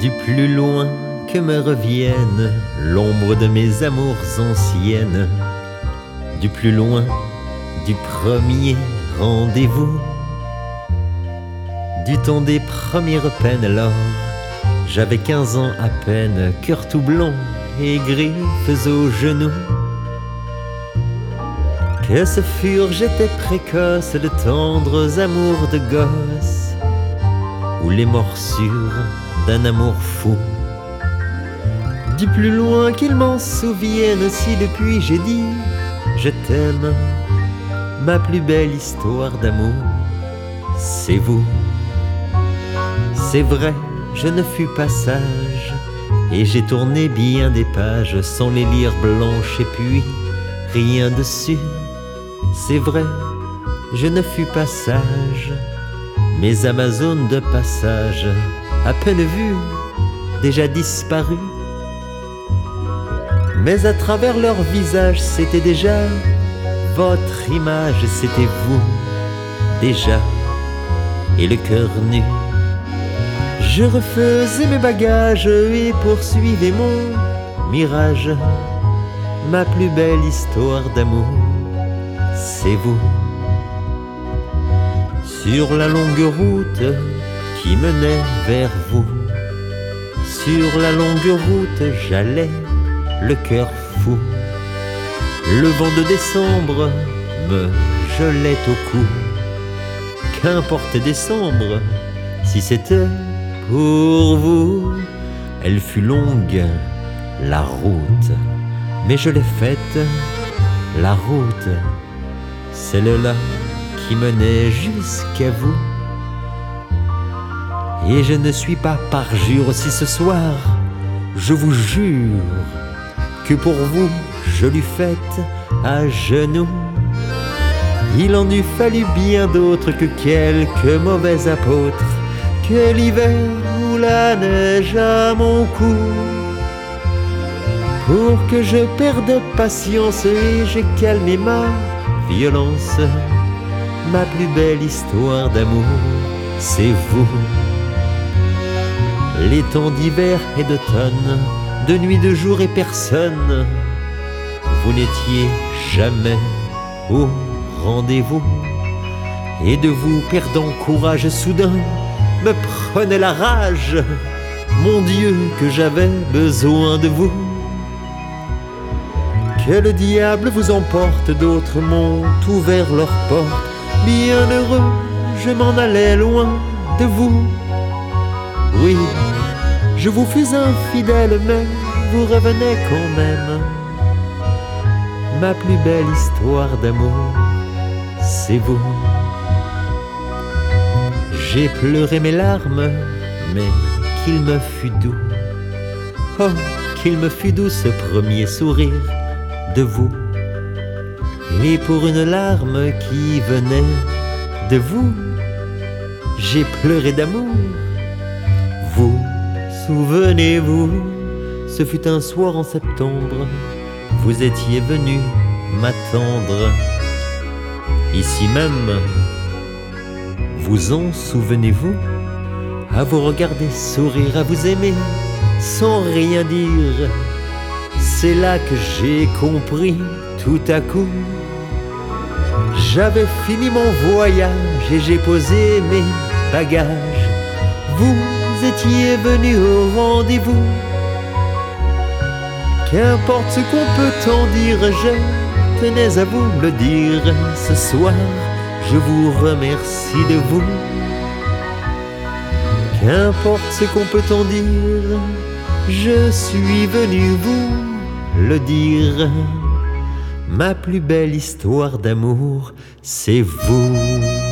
Du plus loin que me revienne l'ombre de mes amours anciennes, du plus loin du premier rendez-vous, du temps des premières peines, alors j'avais 15 ans à peine, cœur tout blond et griffes aux genoux. Que ce furent, j'étais précoce, de tendres amours de gosse, ou les morsures d'un amour fou. Du plus loin qu'ils m'en souviennent, si depuis j'ai dit je t'aime, ma plus belle histoire d'amour, c'est vous. C'est vrai, je ne fus pas sage, et j'ai tourné bien des pages sans les lire blanches et puis rien dessus. C'est vrai, je ne fus pas sage, mes Amazones de passage, à peine vues, déjà disparues. Mais à travers leur visage, c'était déjà votre image, c'était vous, déjà, et le cœur nu. Je refaisais mes bagages et poursuivais mon mirage, ma plus belle histoire d'amour, c'est vous. Sur la longue route qui menait vers vous, sur la longue route j'allais, le cœur fou. Le vent de décembre me gelait au cou. Qu'importe décembre, si c'était pour vous. Elle fut longue, la route, mais je l'ai faite, la route, celle-là qui menait jusqu'à vous. Et je ne suis pas parjure si ce soir, je vous jure, que pour vous je l'eus faite à genoux. Il en eût fallu bien d'autres que quelques mauvais apôtres, que l'hiver ou la neige à mon cou, pour que je perde patience et j'ai calmé ma violence. Ma plus belle histoire d'amour, c'est vous. Les temps d'hiver et d'automne, de nuit, de jour et personne, vous n'étiez jamais au rendez-vous. Et de vous perdant courage soudain, me prenait la rage. Mon Dieu, que j'avais besoin de vous. Que le diable vous emporte, d'autres m'ont ouvert leurs portes. Bien heureux, je m'en allais loin de vous. Oui, je vous fus infidèle, mais vous revenez quand même. Ma plus belle histoire d'amour, c'est vous. J'ai pleuré mes larmes, mais qu'il me fut doux. Oh, qu'il me fut doux ce premier sourire de vous. Et pour une larme qui venait de vous, j'ai pleuré d'amour. Vous, souvenez-vous, ce fut un soir en septembre, vous étiez venu m'attendre. Ici même, vous en souvenez-vous, à vous regarder sourire, à vous aimer sans rien dire. C'est là que j'ai compris tout à coup. J'avais fini mon voyage et j'ai posé mes bagages. Vous étiez venu au rendez-vous. Qu'importe ce qu'on peut en dire, je tenais à vous le dire. Ce soir, je vous remercie de vous. Qu'importe ce qu'on peut en dire, je suis venu vous le dire. Ma plus belle histoire d'amour, c'est vous.